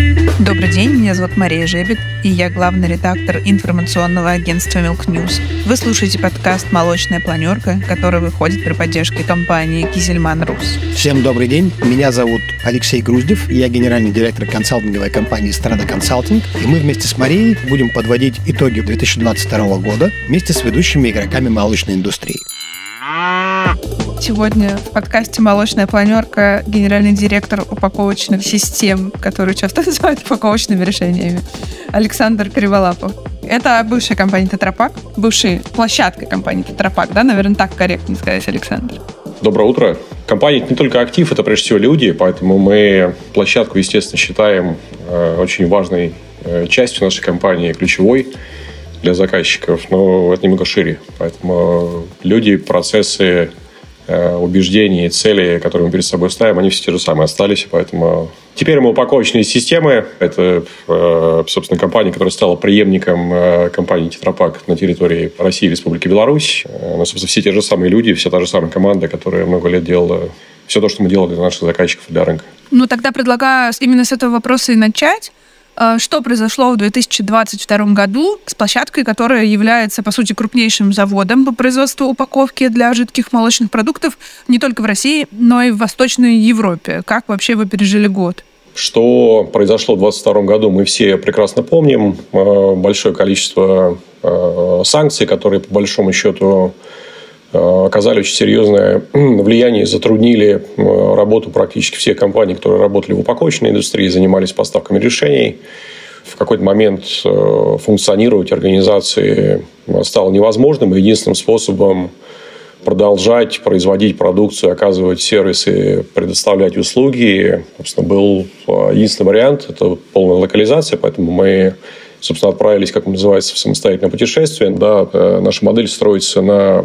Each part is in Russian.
Добрый день, меня зовут Мария Жебет, и я главный редактор информационного агентства Milk News. Вы слушаете подкаст «Молочная планерка», который выходит при поддержке компании «Кизельман Рус». Всем добрый день, меня зовут Алексей Груздев, я генеральный директор консалтинговой компании «Страда Консалтинг», и мы вместе с Марией будем подводить итоги 2022 года вместе с ведущими игроками молочной индустрии. Сегодня в подкасте «Молочная планерка» генеральный директор упаковочных систем, который часто называют упаковочными решениями, Александр Криволапов. Это бывшая компания «Тетрапак», бывшая площадка компании «Тетрапак», да, наверное, так корректно сказать, Александр? Доброе утро. Компания — это не только актив, это прежде всего люди, поэтому мы площадку, естественно, считаем очень важной частью нашей компании, ключевой для заказчиков, но это немного шире. Поэтому люди, процессы, убеждения и цели, которые мы перед собой ставим, они все те же самые остались. Поэтому теперь мы упаковочные системы. Это, собственно, компания, которая стала преемником компании «Тетрапак» на территории России и Республики Беларусь. Но, собственно, все те же самые люди, вся та же самая команда, которая много лет делала все то, что мы делали для наших заказчиков и для рынка. Ну, тогда предлагаю именно с этого вопроса и начать. Что произошло в 2022 году с площадкой, которая является, по сути, крупнейшим заводом по производству упаковки для жидких молочных продуктов не только в России, но и в Восточной Европе? Как вообще вы пережили год? Что произошло в 2022 году, мы все прекрасно помним. Большое количество санкций, которые, по большому счету, оказали очень серьезное влияние и затруднили работу практически всех компаний, которые работали в упаковочной индустрии, занимались поставками решений. В какой-то момент функционировать организации стало невозможным, и единственным способом продолжать производить продукцию, оказывать сервисы, предоставлять услуги, собственно, был единственный вариант – это полная локализация, поэтому мы, собственно, отправились, как называется, в самостоятельное путешествие. Да, наша модель строится на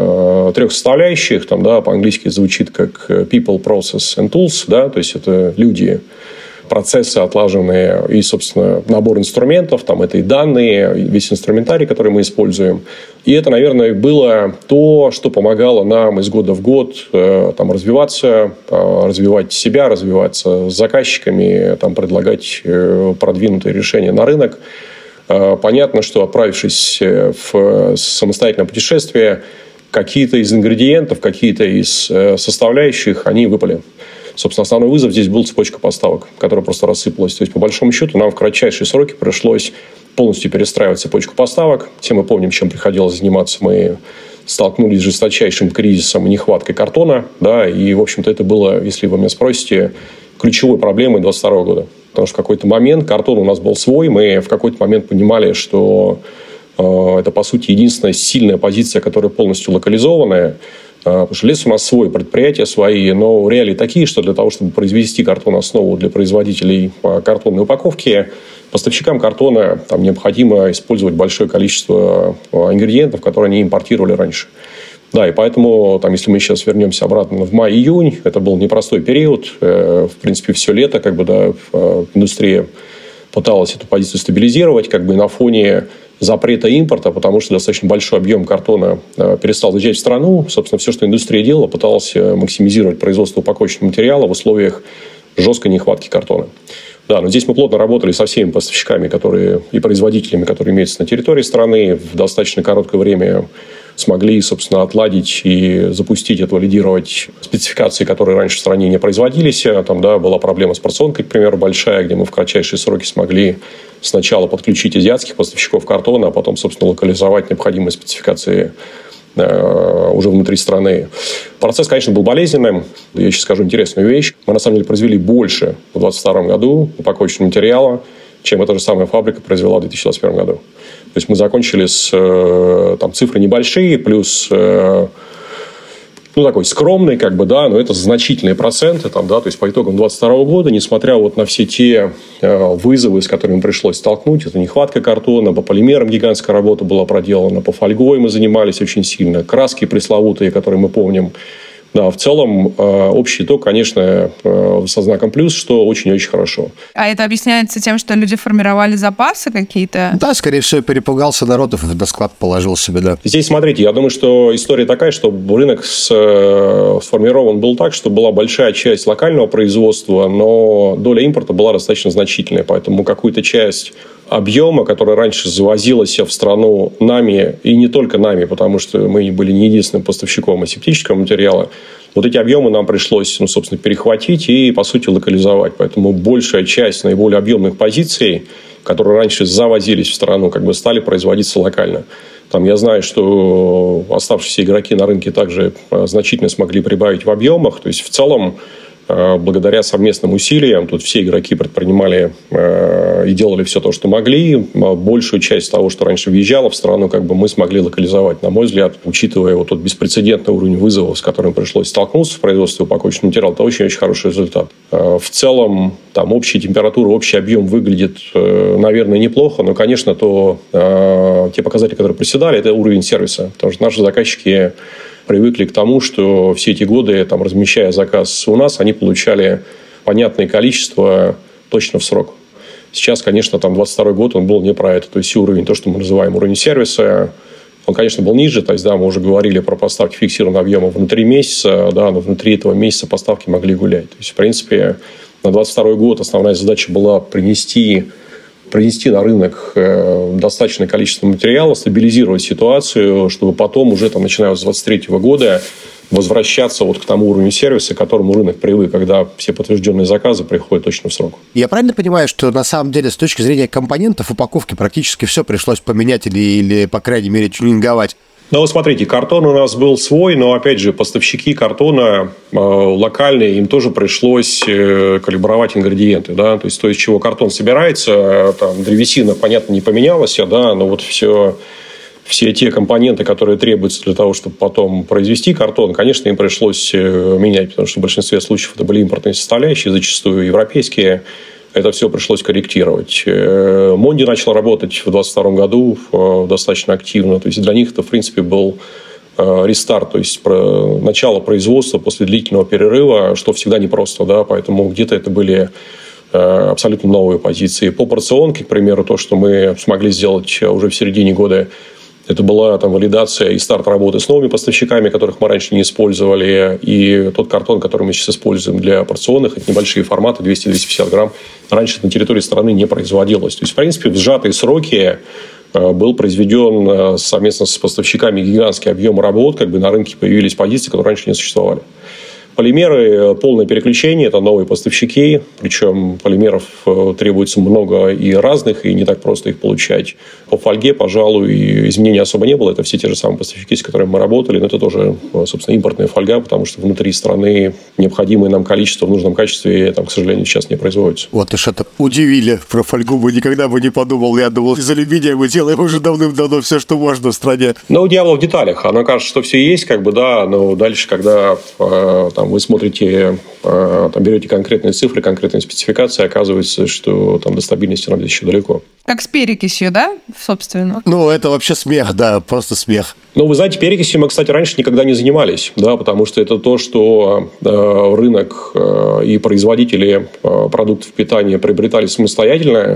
3 составляющих. Там, да, по-английски звучит как people, process and tools. Да, то есть, это люди, процессы отлаженные и, собственно, набор инструментов. Там, это и данные, весь инструментарий, который мы используем. И это, наверное, было то, что помогало нам из года в год там, развиваться, развивать себя, развиваться с заказчиками, там, предлагать продвинутые решения на рынок. Понятно, что, отправившись в самостоятельное путешествие, какие-то из ингредиентов, какие-то из составляющих, они выпали. Собственно, основной вызов здесь был цепочка поставок, которая просто рассыпалась. То есть, по большому счету, нам в кратчайшие сроки пришлось полностью перестраивать цепочку поставок. Все мы помним, чем приходилось заниматься. Мы столкнулись с жесточайшим кризисом и нехваткой картона. Да, и, в общем-то, это было, если вы меня спросите, ключевой проблемой 2022 года. Потому что в какой-то момент картон у нас был свой. Мы в какой-то момент понимали, что это, по сути, единственная сильная позиция, которая полностью локализованная. Потому что лес у нас свой, предприятия свои, но реалии такие, что для того, чтобы произвести картон-основу для производителей картонной упаковки, поставщикам картона там необходимо использовать большое количество ингредиентов, которые они импортировали раньше. Да, и поэтому, там, если мы сейчас вернемся обратно в май-июнь, это был непростой период. В принципе, все лето индустрия пыталась эту позицию стабилизировать на фоне запрета импорта, потому что достаточно большой объем картона перестал заезжать в страну. Собственно, все, что индустрия делала, пыталась максимизировать производство упаковочного материала в условиях жесткой нехватки картона. Да, но здесь мы плотно работали со всеми поставщиками и производителями, которые имеются на территории страны. В достаточно короткое время смогли, собственно, отладить и запустить, валидировать спецификации, которые раньше в стране не производились. Там, да, была проблема с порционкой, к примеру, большая, где мы в кратчайшие сроки смогли сначала подключить азиатских поставщиков картона, а потом, собственно, локализовать необходимые спецификации уже внутри страны. Процесс, конечно, был болезненным. Я сейчас скажу интересную вещь. Мы, на самом деле, произвели больше в 2022 году упаковочного материала, чем эта же самая фабрика произвела в 2021 году. То есть, мы закончили с цифры небольшие, плюс такой скромный, но это значительные проценты. То есть, по итогам 2022 года, несмотря на все те вызовы, с которыми пришлось столкнуть, это нехватка картона, по полимерам гигантская работа была проделана, по фольгой мы занимались очень сильно, краски пресловутые, которые мы помним, Да, в целом общий итог, конечно, со знаком плюс, что очень-очень хорошо. А это объясняется тем, что люди формировали запасы какие-то? Да, скорее всего, перепугался народ и на склад положил себе, да. Здесь, смотрите, я думаю, что история такая, что рынок сформирован был так, что была большая часть локального производства, но доля импорта была достаточно значительная, поэтому какую-то часть объема, которая раньше завозилась в страну нами, и не только нами, потому что мы были не единственным поставщиком асептического материала, вот эти объемы нам пришлось, собственно, перехватить и, по сути, локализовать. Поэтому большая часть наиболее объемных позиций, которые раньше завозились в страну, стали производиться локально. Там я знаю, что оставшиеся игроки на рынке также значительно смогли прибавить в объемах. То есть, в целом, благодаря совместным усилиям, тут все игроки предпринимали и делали все то, что могли. Большую часть того, что раньше въезжало в страну, мы смогли локализовать. На мой взгляд, учитывая вот тот беспрецедентный уровень вызовов, с которым пришлось столкнуться в производстве упаковочного материала, это очень-очень хороший результат. В целом, там общая температура, общий объем выглядит, наверное, неплохо, но, конечно, те показатели, которые проседали, это уровень сервиса. Потому что наши заказчики привыкли к тому, что все эти годы, размещая заказ у нас, они получали понятное количество точно в срок. Сейчас, конечно, 22 год, он был не про это. То есть, уровень, то, что мы называем уровень сервиса, он, конечно, был ниже. То есть, да, мы уже говорили про поставки фиксированного объема внутри месяца, да, но внутри этого месяца поставки могли гулять. То есть, в принципе, на 22 год основная задача была принести на рынок достаточное количество материала, стабилизировать ситуацию, чтобы потом уже, начиная с 2023 года, возвращаться к тому уровню сервиса, к которому рынок привык, когда все подтвержденные заказы приходят точно в срок. Я правильно понимаю, что на самом деле с точки зрения компонентов упаковки практически все пришлось поменять или по крайней мере, тюнинговать? Ну, смотрите, картон у нас был свой, но, опять же, поставщики картона локальные, им тоже пришлось калибровать ингредиенты, да, то есть, то, из чего картон собирается, древесина, понятно, не поменялась, да, но все те компоненты, которые требуются для того, чтобы потом произвести картон, конечно, им пришлось менять, потому что в большинстве случаев это были импортные составляющие, зачастую европейские. Это все пришлось корректировать. Монди начал работать в 2022 году достаточно активно. То есть, для них это, в принципе, был рестарт, то есть начало производства после длительного перерыва, что всегда непросто, да, поэтому где-то это были абсолютно новые позиции. По порционке, к примеру, то, что мы смогли сделать уже в середине года, это была валидация и старт работы с новыми поставщиками, которых мы раньше не использовали. И тот картон, который мы сейчас используем для порционных, это небольшие форматы, 200-250 грамм, раньше на территории страны не производилось. То есть, в принципе, в сжатые сроки был произведен совместно с поставщиками гигантский объем работ, на рынке появились позиции, которые раньше не существовали. Полимеры, полное переключение, это новые поставщики, причем полимеров требуется много и разных, и не так просто их получать. По фольге, пожалуй, изменений особо не было, это все те же самые поставщики, с которыми мы работали, но это тоже, собственно, импортная фольга, потому что внутри страны необходимое нам количество в нужном качестве, к сожалению, сейчас не производится. Вот уж это удивили, про фольгу бы никогда бы не подумал, я думал, из алюминия мы делаем уже давным-давно все, что можно в стране. Но дьявол в деталях, оно кажется, что все есть, да, но дальше, когда вы смотрите, берете конкретные цифры, конкретные спецификации, оказывается, что до стабильности нам здесь еще далеко. Как с перекисью, да, собственно? Ну, это вообще смех, да, просто смех. Ну, вы знаете, перекисью мы, кстати, раньше никогда не занимались, да, потому что это то, что рынок и производители продуктов питания приобретали самостоятельно,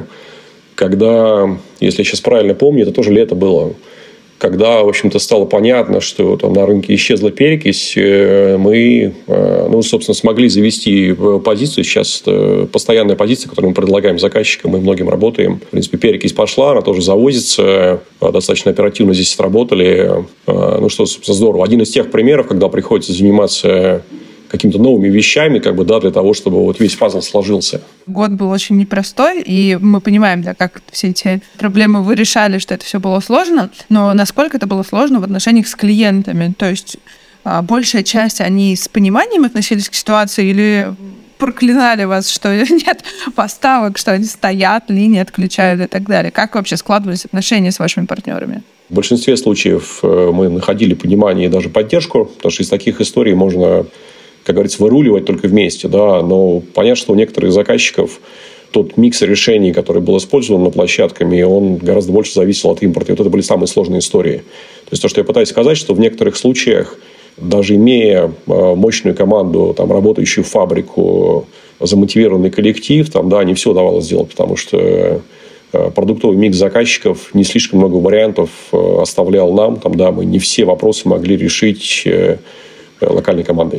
когда, если я сейчас правильно помню, это тоже лето было, когда, в общем-то, стало понятно, что на рынке исчезла перекись, мы, собственно, смогли завести позицию. Сейчас постоянная позиция, которую мы предлагаем заказчикам, и многим работаем. В принципе, перекись пошла, она тоже завозится. Достаточно оперативно здесь сработали. Что, собственно, здорово. Один из тех примеров, когда приходится заниматься какими-то новыми вещами, для того, чтобы весь пазл сложился. Год был очень непростой, и мы понимаем, как все эти проблемы вы решали, что это все было сложно, но насколько это было сложно в отношениях с клиентами? То есть большая часть, они с пониманием относились к ситуации или проклинали вас, что нет поставок, что они стоят, линии отключают и так далее? Как вообще складывались отношения с вашими партнерами? В большинстве случаев мы находили понимание и даже поддержку, потому что из таких историй можно, как говорится, выруливать только вместе, да, но понятно, что у некоторых заказчиков тот микс решений, который был использован на площадками, он гораздо больше зависел от импорта. И вот это были самые сложные истории. То есть, то, что я пытаюсь сказать, что в некоторых случаях даже имея мощную команду, там, работающую фабрику, замотивированный коллектив, там, да, не все удавалось сделать, потому что продуктовый микс заказчиков не слишком много вариантов оставлял нам. Там, да, мы не все вопросы могли решить локальной командой.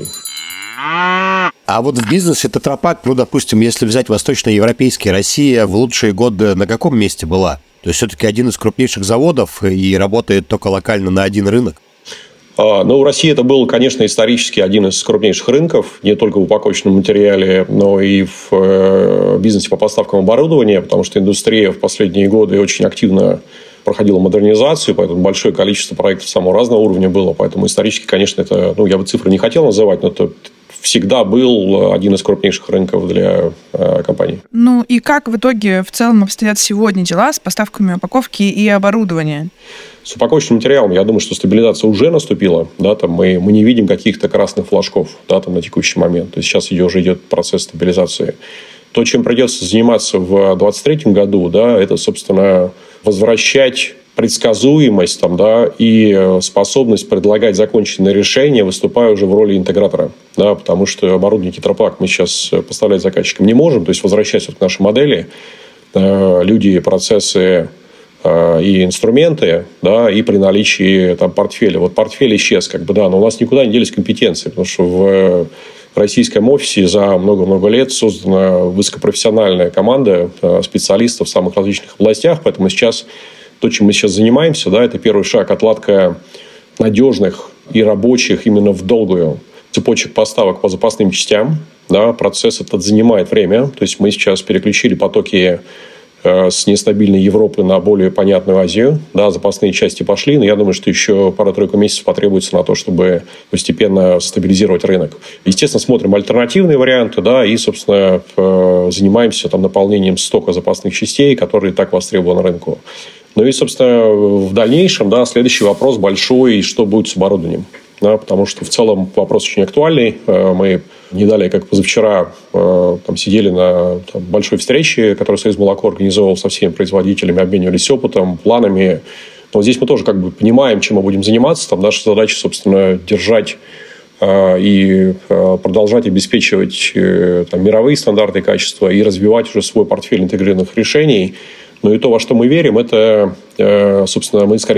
А вот в бизнесе Тетрапак, допустим, если взять восточноевропейский, Россия в лучшие годы на каком месте была? То есть все-таки один из крупнейших заводов и работает только локально на один рынок? Ну, Россия это был, конечно, исторически один из крупнейших рынков, не только в упаковочном материале, но и в бизнесе по поставкам оборудования, потому что индустрия в последние годы очень активно проходила модернизацию, поэтому большое количество проектов самого разного уровня было, поэтому исторически, конечно, это, я бы цифры не хотел называть, но это всегда был один из крупнейших рынков для компаний. Ну и как в итоге в целом обстоят сегодня дела с поставками упаковки и оборудования? С упаковочным материалом, я думаю, что стабилизация уже наступила. Да, там мы не видим каких-то красных флажков, да, там, на текущий момент. То есть сейчас уже идет процесс стабилизации. То, чем придется заниматься в 2023 году, да, это, собственно, возвращать предсказуемость там, да, и способность предлагать законченные решения, выступая уже в роли интегратора. Да, потому что оборудование Тетрапак мы сейчас поставлять заказчикам не можем. То есть, возвращаясь к нашей модели, люди, процессы и инструменты, да, и при наличии там, портфеля. Вот портфель исчез, но у нас никуда не делись компетенции, потому что в российском офисе за много-много лет создана высокопрофессиональная команда специалистов в самых различных областях, поэтому сейчас то, чем мы сейчас занимаемся, да, это первый шаг, отладка надежных и рабочих именно в долгую цепочек поставок по запасным частям. Да, процесс этот занимает время. То есть мы сейчас переключили потоки с нестабильной Европы на более понятную Азию. Да, запасные части пошли, но я думаю, что еще пара-тройку месяцев потребуется на то, чтобы постепенно стабилизировать рынок. Естественно, смотрим альтернативные варианты, да, и, собственно, занимаемся там, наполнением стока запасных частей, которые так востребованы рынку. Ну и, собственно, в дальнейшем, да, следующий вопрос большой, что будет с оборудованием. Да, потому что в целом вопрос очень актуальный. Мы не далее, как позавчера, там, сидели на большой встрече, которую Союз Молоко организовал со всеми производителями, обменивались опытом, планами. Но здесь мы тоже понимаем, чем мы будем заниматься. Там наша задача, собственно, держать и продолжать обеспечивать мировые стандарты качества и развивать уже свой портфель интегрированных решений. Но и то, во что мы верим, это, собственно, мы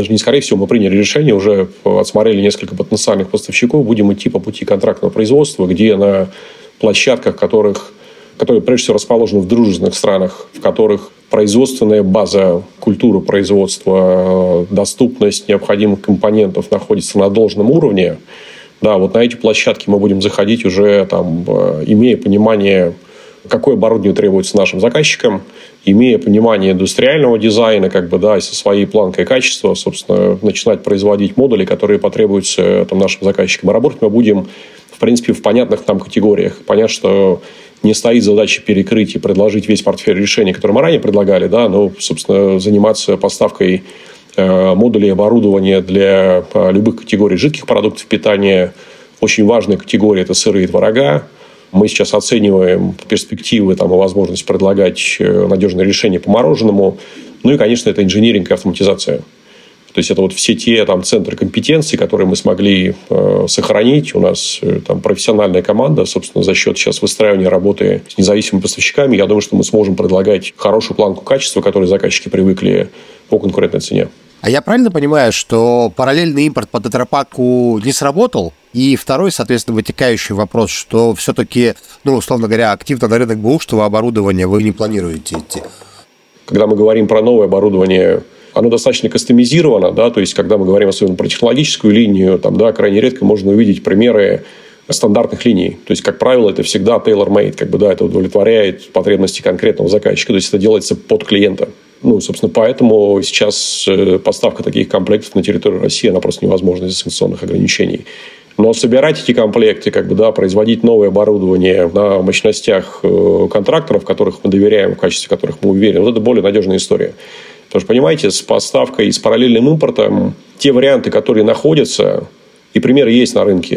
мы приняли решение, уже отсмотрели несколько потенциальных поставщиков, будем идти по пути контрактного производства, где на площадках, которые прежде всего расположены в дружественных странах, в которых производственная база, культура производства, доступность необходимых компонентов находится на должном уровне. Да, вот на эти площадки мы будем заходить уже, имея понимание, какое оборудование требуется нашим заказчикам, имея понимание индустриального дизайна, и со своей планкой качества, собственно, начинать производить модули, которые потребуются нашим заказчикам. И работать мы будем, в принципе, в понятных нам категориях. Понятно, что не стоит задача перекрыть и предложить весь портфель решений, которые мы ранее предлагали, да, но, собственно, заниматься поставкой модулей оборудования для любых категорий жидких продуктов питания. Очень важная категория – это сыры и творога. Мы сейчас оцениваем перспективы и возможность предлагать надежные решения по мороженому. Ну и, конечно, это инжиниринг и автоматизация. То есть, это все те центры компетенций, которые мы смогли сохранить. У нас профессиональная команда, собственно, за счет сейчас выстраивания работы с независимыми поставщиками. Я думаю, что мы сможем предлагать хорошую планку качества, к которой заказчики привыкли, по конкурентной цене. А я правильно понимаю, что параллельный импорт по Тетрапаку не сработал? И второй, соответственно, вытекающий вопрос, что все-таки, условно говоря, активно на рынок бэушного оборудования вы не планируете идти? Когда мы говорим про новое оборудование, оно достаточно кастомизировано, да, то есть, когда мы говорим особенно про технологическую линию, крайне редко можно увидеть примеры стандартных линий. То есть, как правило, это всегда tailor-made, это удовлетворяет потребности конкретного заказчика, то есть, это делается под клиента. Собственно, поэтому сейчас поставка таких комплектов на территорию России, она просто невозможна из-за санкционных ограничений. Но собирать эти комплекты, производить новое оборудование на мощностях контракторов, которых мы доверяем, в качестве которых мы уверены, это более надежная история. Потому что, понимаете, с поставкой и с параллельным импортом те варианты, которые находятся, и примеры есть на рынке,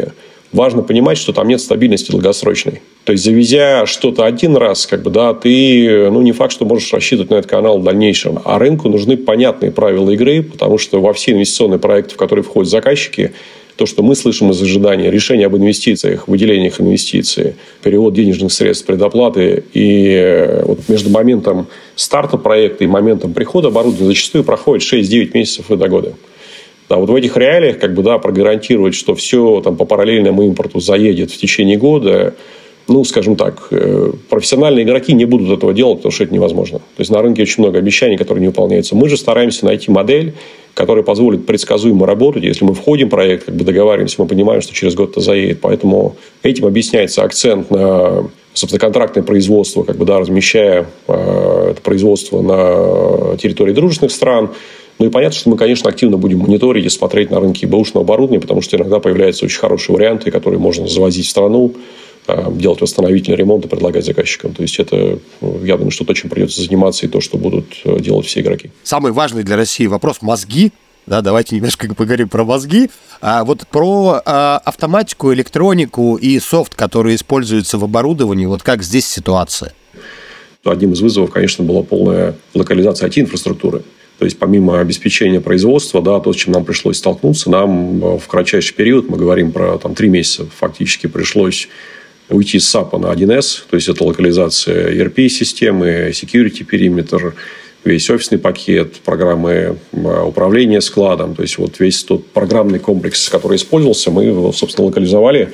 важно понимать, что там нет стабильности долгосрочной. То есть, завезя что-то один раз, ты не факт, что можешь рассчитывать на этот канал в дальнейшем. А рынку нужны понятные правила игры, потому что во все инвестиционные проекты, в которые входят заказчики, то, что мы слышим из ожидания, решение об инвестициях, выделениях инвестиций, перевод денежных средств, предоплаты, и вот между моментом старта проекта и моментом прихода оборудования зачастую проходит 6-9 месяцев и до года. Да, вот в этих реалиях прогарантировать, что все по параллельному импорту заедет в течение года, профессиональные игроки не будут этого делать, потому что это невозможно. То есть, на рынке очень много обещаний, которые не выполняются. Мы же стараемся найти модель, которая позволит предсказуемо работать. Если мы входим в проект, договариваемся, мы понимаем, что через год это заедет. Поэтому этим объясняется акцент на контрактное производство, размещая это производство на территории дружественных стран. Ну и понятно, что мы, конечно, активно будем мониторить и смотреть на рынки бэушного оборудования, потому что иногда появляются очень хорошие варианты, которые можно завозить в страну, делать восстановительный ремонт и предлагать заказчикам. То есть, это, я думаю, что то, чем придется заниматься, и то, что будут делать все игроки. Самый важный для России вопрос – мозги. Да, давайте немножко поговорим про мозги. Вот про автоматику, электронику и софт, которые используются в оборудовании. Вот как здесь ситуация? Одним из вызовов, конечно, была полная локализация IT-инфраструктуры. То есть, помимо обеспечения производства, то, с чем нам пришлось столкнуться, нам в кратчайший период, мы говорим про 3 месяца, фактически пришлось уйти с SAP на 1С, то есть, это локализация ERP-системы, security периметр, весь офисный пакет, программы управления складом, то есть, вот весь тот программный комплекс, который использовался, мы его, собственно, локализовали.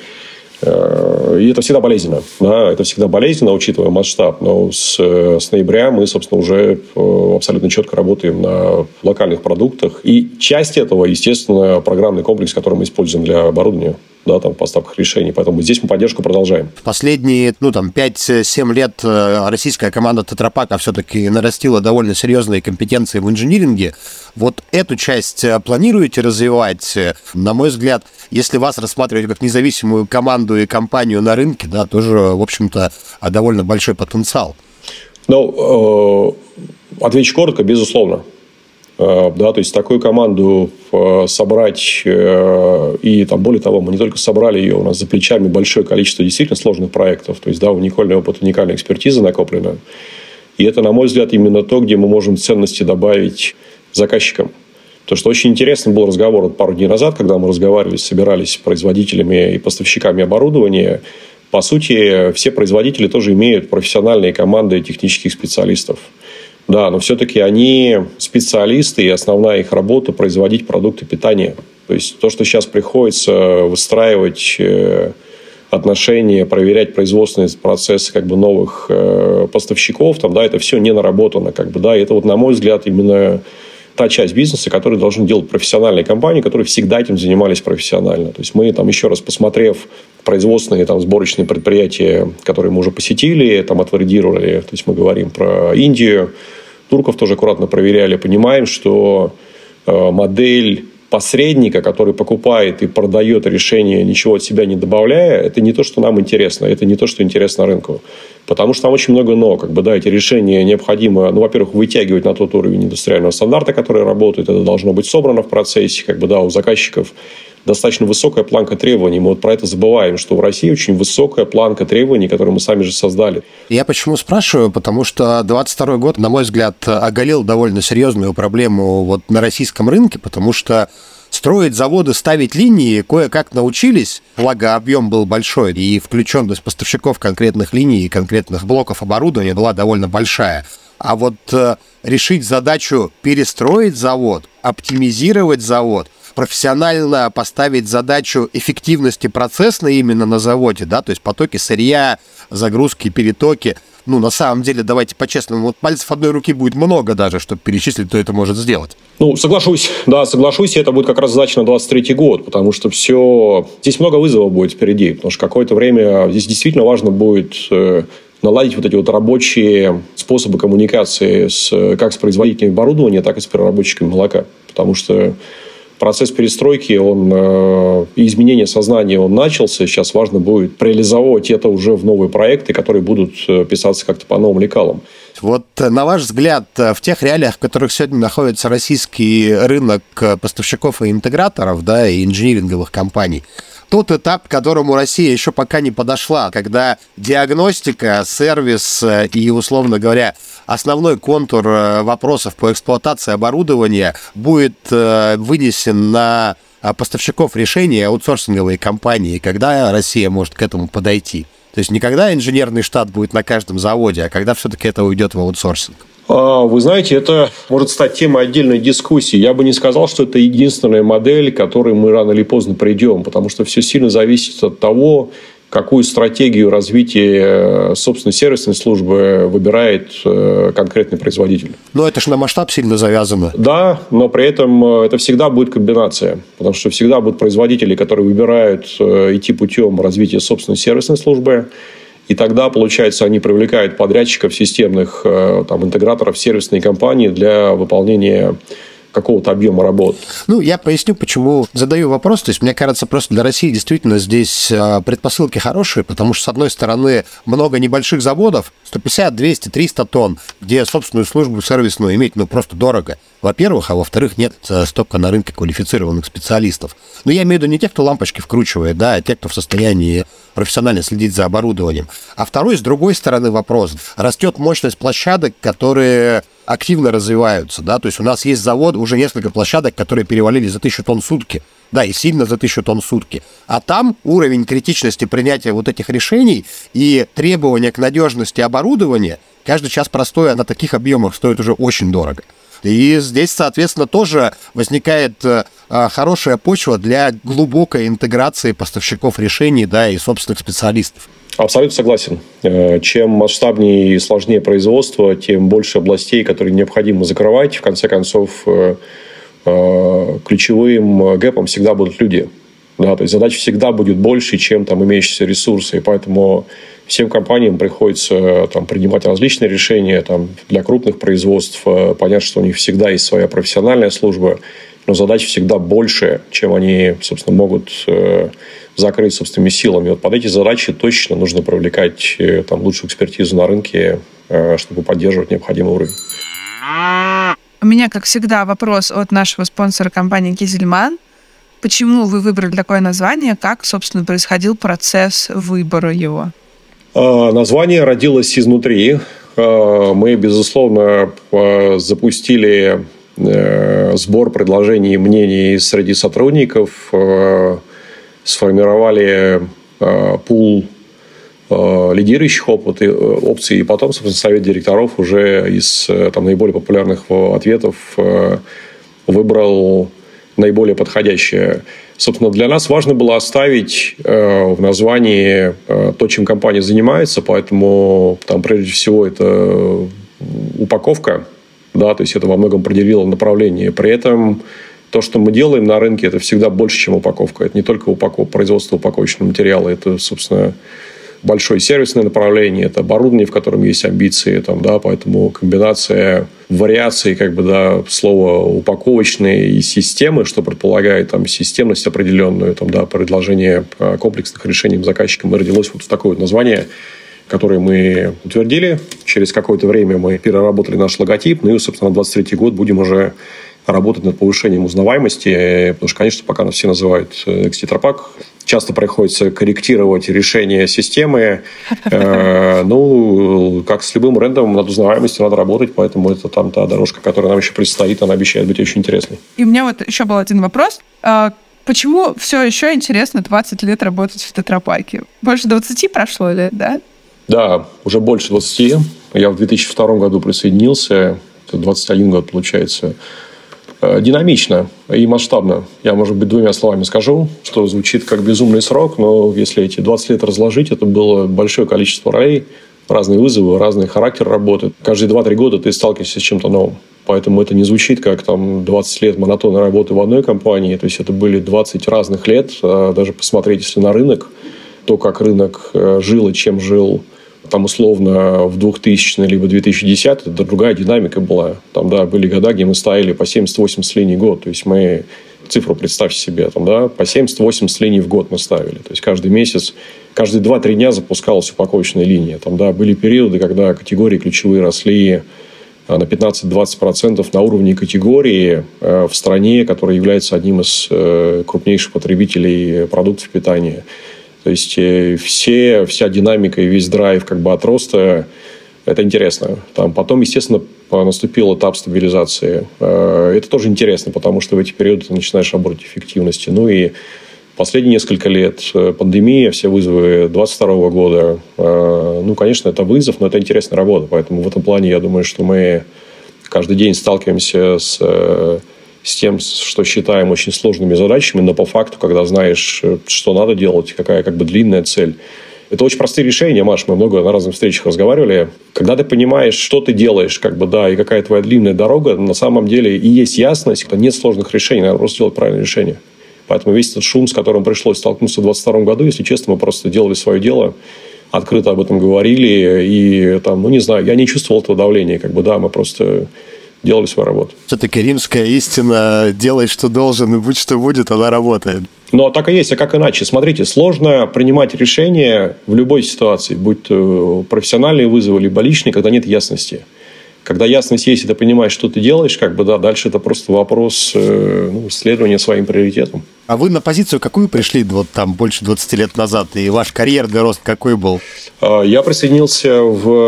И это всегда болезненно. Да, это всегда болезненно, учитывая масштаб. Но с ноября мы, собственно, уже абсолютно четко работаем на локальных продуктах. И часть этого, естественно, программный комплекс, который мы используем для оборудования. В поставках решений. Поэтому здесь мы поддержку продолжаем. Последние 5-7 лет российская команда Тетрапака все-таки нарастила довольно серьезные компетенции в инжиниринге. Вот эту часть планируете развивать? На мой взгляд, если вас рассматривать как независимую команду и компанию на рынке, тоже, в общем-то, довольно большой потенциал. Отвечу коротко, безусловно. То есть, такую команду собрать, и более того, мы не только собрали ее, у нас за плечами большое количество действительно сложных проектов, то есть, уникальный опыт, уникальная экспертиза накоплена. И это, на мой взгляд, именно то, где мы можем ценности добавить заказчикам. То, что очень интересно, был разговор пару дней назад, когда мы собирались с производителями и поставщиками оборудования. По сути, все производители тоже имеют профессиональные команды технических специалистов. Да, но все-таки они специалисты, и основная их работа – производить продукты питания. То есть, то, что сейчас приходится выстраивать отношения, проверять производственные процессы новых поставщиков, это все не наработано. И это, на мой взгляд, именно та часть бизнеса, которую должны делать профессиональные компании, которые всегда этим занимались профессионально. То есть, мы, еще раз посмотрев производственные сборочные предприятия, которые мы уже посетили, отвалидировали, то есть, мы говорим про Индию, турков тоже аккуратно проверяли, понимаем, что модель посредника, который покупает и продает решение, ничего от себя не добавляя, это не то, что нам интересно, это не то, что интересно рынку. Потому что там очень много «но». Эти решения необходимо, во-первых, вытягивать на тот уровень индустриального стандарта, который работает, это должно быть собрано в процессе, у заказчиков достаточно высокая планка требований. Мы про это забываем, что в России очень высокая планка требований, которую мы сами же создали. Я почему спрашиваю? Потому что 2022 год, на мой взгляд, оголил довольно серьезную проблему на российском рынке, потому что строить заводы, ставить линии кое-как научились, благо объем был большой, и включенность поставщиков конкретных линий и конкретных блоков оборудования была довольно большая. А решить задачу перестроить завод, оптимизировать завод, профессионально поставить задачу эффективности процессной именно на заводе, то есть потоки сырья, загрузки, перетоки. На самом деле, давайте по-честному, пальцев одной руки будет много даже, чтобы перечислить, кто это может сделать. Соглашусь, и это будет как раз задача на 2023 год, потому что здесь много вызовов будет впереди, потому что какое-то время здесь действительно важно будет наладить эти рабочие способы коммуникации как с производителями оборудования, так и с переработчиками молока, потому что процесс перестройки, и изменения сознания, он начался. Сейчас важно будет реализовывать это уже в новые проекты, которые будут писаться как-то по новым лекалам. На ваш взгляд, в тех реалиях, в которых сегодня находится российский рынок поставщиков и интеграторов, и инжиниринговых компаний, тот этап, к которому Россия еще пока не подошла, когда диагностика, сервис и, условно говоря, основной контур вопросов по эксплуатации оборудования будет вынесен на поставщиков решений, аутсорсинговые компании, когда Россия может к этому подойти. То есть не когда инженерный штат будет на каждом заводе, а когда все-таки это уйдет в аутсорсинг. Вы знаете, это может стать темой отдельной дискуссии. Я бы не сказал, что это единственная модель, к которой мы рано или поздно придем, потому что все сильно зависит от того, какую стратегию развития собственной сервисной службы выбирает конкретный производитель. Но это же на масштаб сильно завязано. Да, но при этом это всегда будет комбинация, потому что всегда будут производители, которые выбирают идти путем развития собственной сервисной службы. И тогда, получается, они привлекают подрядчиков, системных интеграторов, сервисные компании для выполнения какого-то объема работ. Я поясню, почему задаю вопрос. То есть, мне кажется, просто для России действительно здесь предпосылки хорошие, потому что, с одной стороны, много небольших заводов, 150, 200, 300 тонн, где собственную службу сервисную иметь просто дорого. Во-первых, а во-вторых, нет столько на рынке квалифицированных специалистов. Я имею в виду не тех, кто лампочки вкручивает, а те, кто в состоянии профессионально следить за оборудованием. А второй, с другой стороны, вопрос. Растет мощность площадок, которые активно развиваются, да, то есть у нас есть завод, уже несколько площадок, которые перевалили за 1000 тонн в сутки, да, и сильно за 1000 тонн в сутки. А там уровень критичности принятия вот этих решений и требования к надежности оборудования каждый час простоя на таких объемах стоит уже очень дорого. И здесь, соответственно, тоже возникает хорошая почва для глубокой интеграции поставщиков решений, да, и собственных специалистов. Абсолютно согласен. Чем масштабнее и сложнее производство, тем больше областей, которые необходимо закрывать. В конце концов, ключевым гэпом всегда будут люди. Да, то есть задач всегда будет больше, чем имеющиеся ресурсы. И поэтому всем компаниям приходится принимать различные решения для крупных производств. Понятно, что у них всегда есть своя профессиональная служба, но задач всегда больше, чем они, собственно, могут закрыть собственными силами. Вот под эти задачи точно нужно привлекать лучшую экспертизу на рынке, чтобы поддерживать необходимый уровень. У меня, как всегда, вопрос от нашего спонсора компании «Кизельман». Почему вы выбрали такое название? Как, собственно, происходил процесс выбора его? Название родилось изнутри. Мы, безусловно, запустили сбор предложений и мнений среди сотрудников, сформировали пул лидирующих опций, и потом, собственно, совет директоров уже из наиболее популярных ответов выбрал наиболее подходящее. Собственно, для нас важно было оставить в названии то, чем компания занимается, поэтому прежде всего это упаковка, да, то есть это во многом определило направление. При этом то, что мы делаем на рынке, это всегда больше, чем упаковка. Это не только производство упаковочного материала, это, собственно, большое сервисное направление, это оборудование, в котором есть амбиции, поэтому комбинация вариаций, слова упаковочные и системы, что предполагает системность определенную, предложение комплексных решений заказчикам, и родилось вот такое вот название, которое мы утвердили. Через какое-то время мы переработали наш логотип, и, собственно, на 2023 год будем уже работать над повышением узнаваемости, потому что, конечно, пока нас все называют XT-Тропак, часто приходится корректировать решения системы. Как с любым брендом, над узнаваемостью надо работать, поэтому это та дорожка, которая нам еще предстоит, она обещает быть очень интересной. И у меня вот еще был один вопрос. Почему все еще интересно 20 лет работать в Тетрапаке? Больше 20 прошло лет, да? Да, уже больше 20. Я в 2002 году присоединился. Это 21 год, получается. Динамично и масштабно. Я, может быть, 2 словами скажу, что звучит как безумный срок, но если эти 20 лет разложить, это было большое количество ролей, разные вызовы, разный характер работы. Каждые 2-3 года ты сталкиваешься с чем-то новым. Поэтому это не звучит как 20 лет монотонной работы в одной компании. То есть это были 20 разных лет. Даже посмотреть, если на рынок, то, как рынок жил и чем жил условно в 2000 либо 2010, это другая динамика была. Были года, где мы ставили по 70-80 линий в год. То есть мы цифру представьте себе, по 70-80 линий в год мы ставили. То есть каждый месяц, каждые 2-3 дня запускалась упаковочная линия. Были периоды, когда категории ключевые росли на 15-20% на уровне категории в стране, которая является одним из крупнейших потребителей продуктов питания. То есть вся динамика и весь драйв от роста, это интересно. Потом, естественно, наступил этап стабилизации. Это тоже интересно, потому что в эти периоды ты начинаешь работать эффективности. И последние несколько лет пандемия, все вызовы 2022 года. Конечно, это вызов, но это интересная работа. Поэтому в этом плане я думаю, что мы каждый день сталкиваемся с тем, что считаем очень сложными задачами, но по факту, когда знаешь, что надо делать, какая длинная цель. Это очень простые решения, Маш, мы много на разных встречах разговаривали. Когда ты понимаешь, что ты делаешь, и какая твоя длинная дорога, на самом деле и есть ясность, нет сложных решений, надо просто делать правильное решение. Поэтому весь этот шум, с которым пришлось столкнуться в 2022 году, если честно, мы просто делали свое дело, открыто об этом говорили, и я не чувствовал этого давления, мы просто делали свою работу. Все-таки римская истина: делай, что должен, и будь что будет, она работает. Но так и есть, а как иначе? Смотрите, сложно принимать решения в любой ситуации, будь то профессиональные вызовы, либо личные, когда нет ясности. Когда ясность есть, и ты понимаешь, что ты делаешь, дальше это просто вопрос следования своим приоритетам. А вы на позицию какую пришли больше 20 лет назад? И ваш карьерный рост какой был? Я присоединился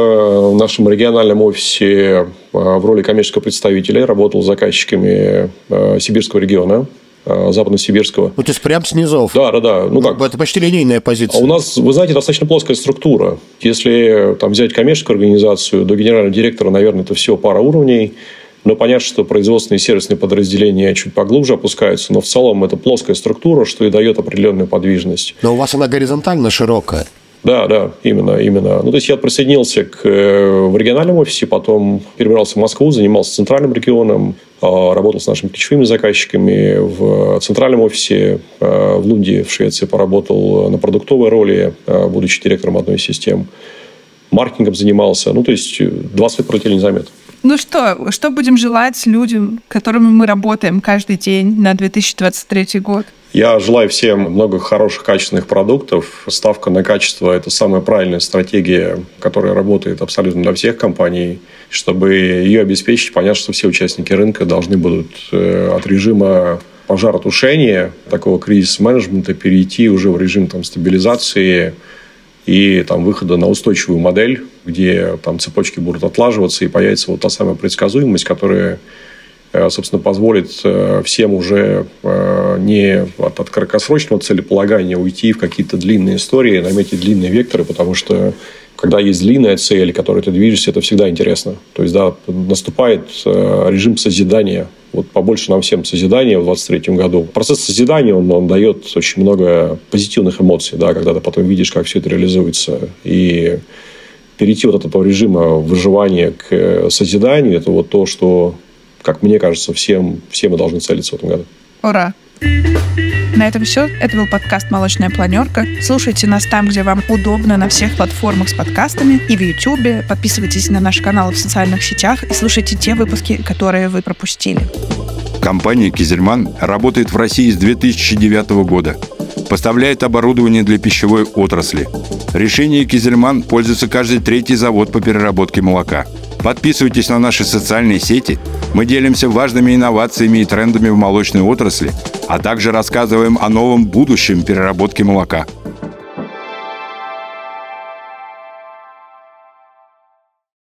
в нашем региональном офисе в роли коммерческого представителя. Работал с заказчиками Сибирского региона, Западно-Сибирского. То есть прям снизу? Да. Это почти линейная позиция. У нас, вы знаете, достаточно плоская структура. Если взять коммерческую организацию, до генерального директора, наверное, это всего пара уровней. Но понятно, что производственные и сервисные подразделения чуть поглубже опускаются. Но в целом это плоская структура, что и дает определенную подвижность. Но у вас она горизонтально широкая. Да, именно. То есть я присоединился в региональном офисе, потом перебрался в Москву, занимался центральным регионом, работал с нашими ключевыми заказчиками в центральном офисе, в Лунде, в Швеции, поработал на продуктовой роли, будучи директором одной из систем. Маркетингом занимался. 20 лет пролетели незаметно. Что будем желать людям, с которыми мы работаем каждый день на 2023 год? Я желаю всем много хороших, качественных продуктов. Ставка на качество – это самая правильная стратегия, которая работает абсолютно для всех компаний. Чтобы ее обеспечить, понятно, что все участники рынка должны будут от режима пожаротушения, такого кризис-менеджмента, перейти уже в режим стабилизации и выхода на устойчивую модель, где цепочки будут отлаживаться, и появится та самая предсказуемость, которая, собственно, позволит всем уже не от краткосрочного целеполагания уйти в какие-то длинные истории, наметить длинные векторы, потому что когда есть длинная цель, к которой ты движешься, это всегда интересно. То есть, наступает режим созидания. Побольше нам всем созидания в 2023 году. Процесс созидания, он дает очень много позитивных эмоций, когда ты потом видишь, как все это реализуется. И перейти от этого режима выживания к созиданию, это то, что, как мне кажется, все мы должны целиться в этом году. Ура! На этом все. Это был подкаст «Молочная планерка». Слушайте нас там, где вам удобно, на всех платформах с подкастами и в Ютубе. Подписывайтесь на наш канал в социальных сетях и слушайте те выпуски, которые вы пропустили. Компания «Кизельман» работает в России с 2009 года. Поставляет оборудование для пищевой отрасли. Решение «Кизельман» пользуется каждый третий завод по переработке молока. Подписывайтесь на наши социальные сети. Мы делимся важными инновациями и трендами в молочной отрасли, а также рассказываем о новом будущем переработки молока.